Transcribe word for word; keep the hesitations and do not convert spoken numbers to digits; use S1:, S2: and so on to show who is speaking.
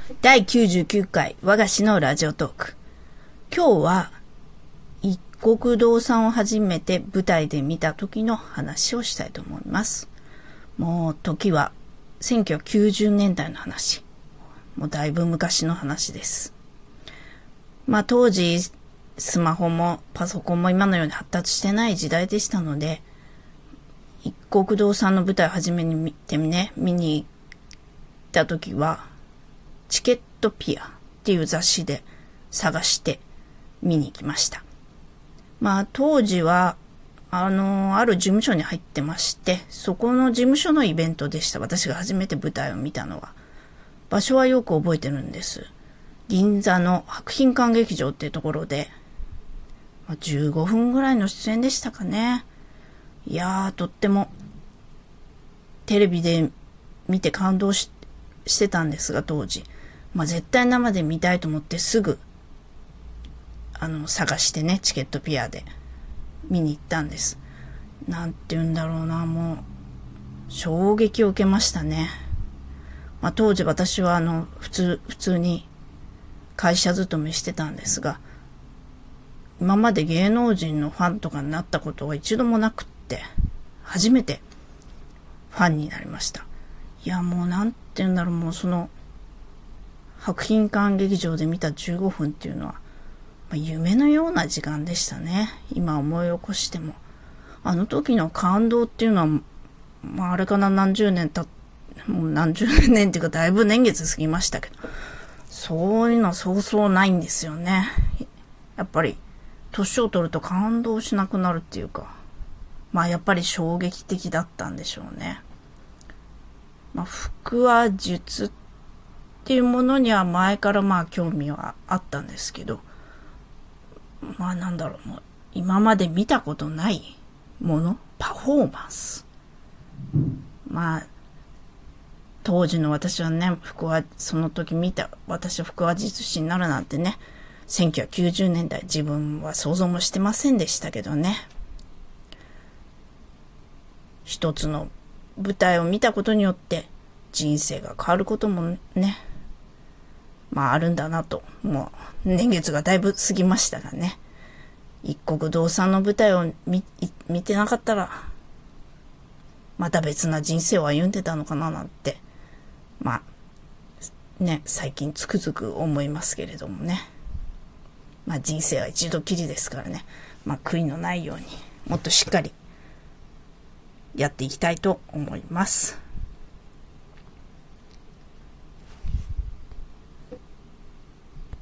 S1: だいきゅうじゅうきゅうかい和菓子のラジオトーク。今日は一国堂さんを初めて舞台で見た時の話をしたいと思います。もう時はせんきゅうひゃくきゅうじゅうねんだいの話。もうだいぶ昔の話です。まあ当時スマホもパソコンも今のように発達してない時代でしたので、一国堂さんの舞台を初めに見てね、見に行った時はチケットピアっていう雑誌で探して見に行きました。まあ当時はあのある事務所に入ってまして、そこの事務所のイベントでした。私が初めて舞台を見たのは。場所はよく覚えてるんです。銀座の博品館劇場っていうところで、まあ、じゅうごふんぐらいの出演でしたかね。いやーとってもテレビで見て感動 し, してたんですが当時。まあ、絶対生で見たいと思ってすぐあの探してね、チケットピアで見に行ったんです。なんて言うんだろうな、もう衝撃を受けましたね。まあ、当時私はあの普通普通に会社勤めしてたんですが、今まで芸能人のファンとかになったことが一度もなくって、初めてファンになりました。いやもうなんて言うんだろう、もうその博品館劇場で見たじゅうごふんっていうのは、まあ、夢のような時間でしたね。今思い起こしても。あの時の感動っていうのは、まああれかな、何十年たっ、もう何十年っていうかだいぶ年月過ぎましたけど、そういうのはそうそうないんですよね。やっぱり、年を取ると感動しなくなるっていうか、まあやっぱり衝撃的だったんでしょうね。まあ腹話術っていうものには前からまあ興味はあったんですけど、まあなんだろう、もう今まで見たことないもの、パフォーマンス。まあ当時の私はね、腹話、その時見た私は腹話術師になるなんてね、せんきゅうひゃくきゅうじゅうねんだい自分は想像もしてませんでしたけどね。一つの舞台を見たことによって人生が変わることもね、まああるんだなと。もう年月がだいぶ過ぎましたがね、一国堂さんの舞台を 見, 見てなかったらまた別な人生を歩んでたのかななんて、まあね、最近つくづく思いますけれどもね。まあ人生は一度きりですからね、まあ悔いのないようにもっとしっかりやっていきたいと思います。